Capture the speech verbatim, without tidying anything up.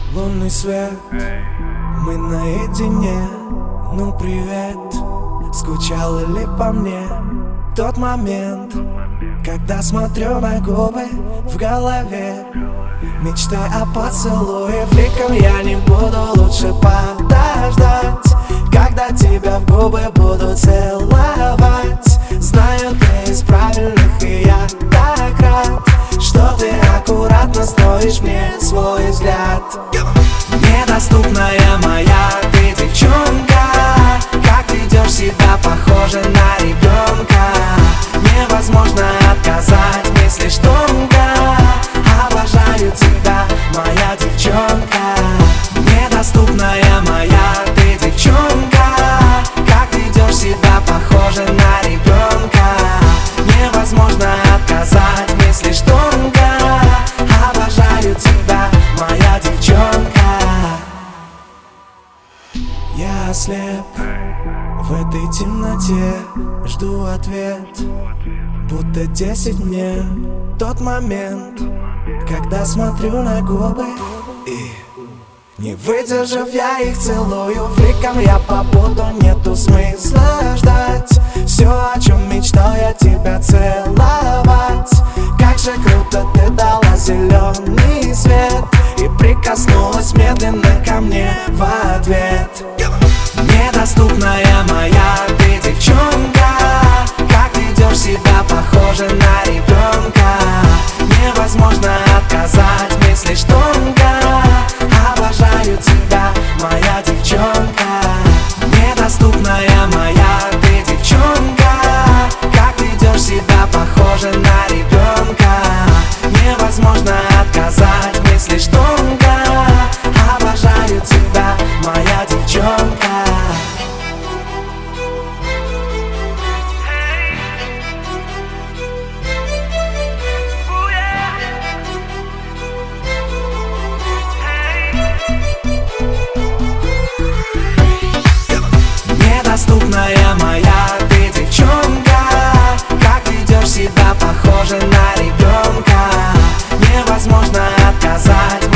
Лунный свет, мы наедине. Ну привет, скучала ли по мне? Тот момент, когда смотрю на губы в голове, мечты о поцелуе. Фликом я не буду, лучше подождать, когда тебя в губы буду целовать. Знаю, ты из правильных, и я так рад, что ты аккуратно строишь мне свой взгляд. Недоступная моя ты девчонка, как ведешь себя, похоже на ребенка. Невозможно отказать, мыслишь тонко. Обожаю тебя, моя девчонка. Недоступная моя ты девчонка, как ведешь себя, похоже на ребенка. Невозможно отказать, мыслишь тонко. Обожаю тебя, моя девчонка. Я ослеп в этой темноте, жду ответ, будто десять мне. Тот момент, когда смотрю на губы и, не выдержав, я их целую. Фриком я побуду, нету смысла ждать. Все, о чем мечтал, я тебя целовать. Как же круто ты дала зеленый свет и прикоснулась медленно ко мне в ответ. Недоступная моя ты девчонка, как ведешь себя, похоже на ребенка. Невозможно отказать, мыслишь тонко. Обожаю тебя, моя девчонка. Недоступная моя ты девчонка, как ведешь себя, похоже на ребенка. Невозможно отказать, мыслишь тонко. Обожаю тебя, моя девчонка. Недоступная моя ты девчонка, как ведешь себя, похоже на ребенка. Невозможно отказать,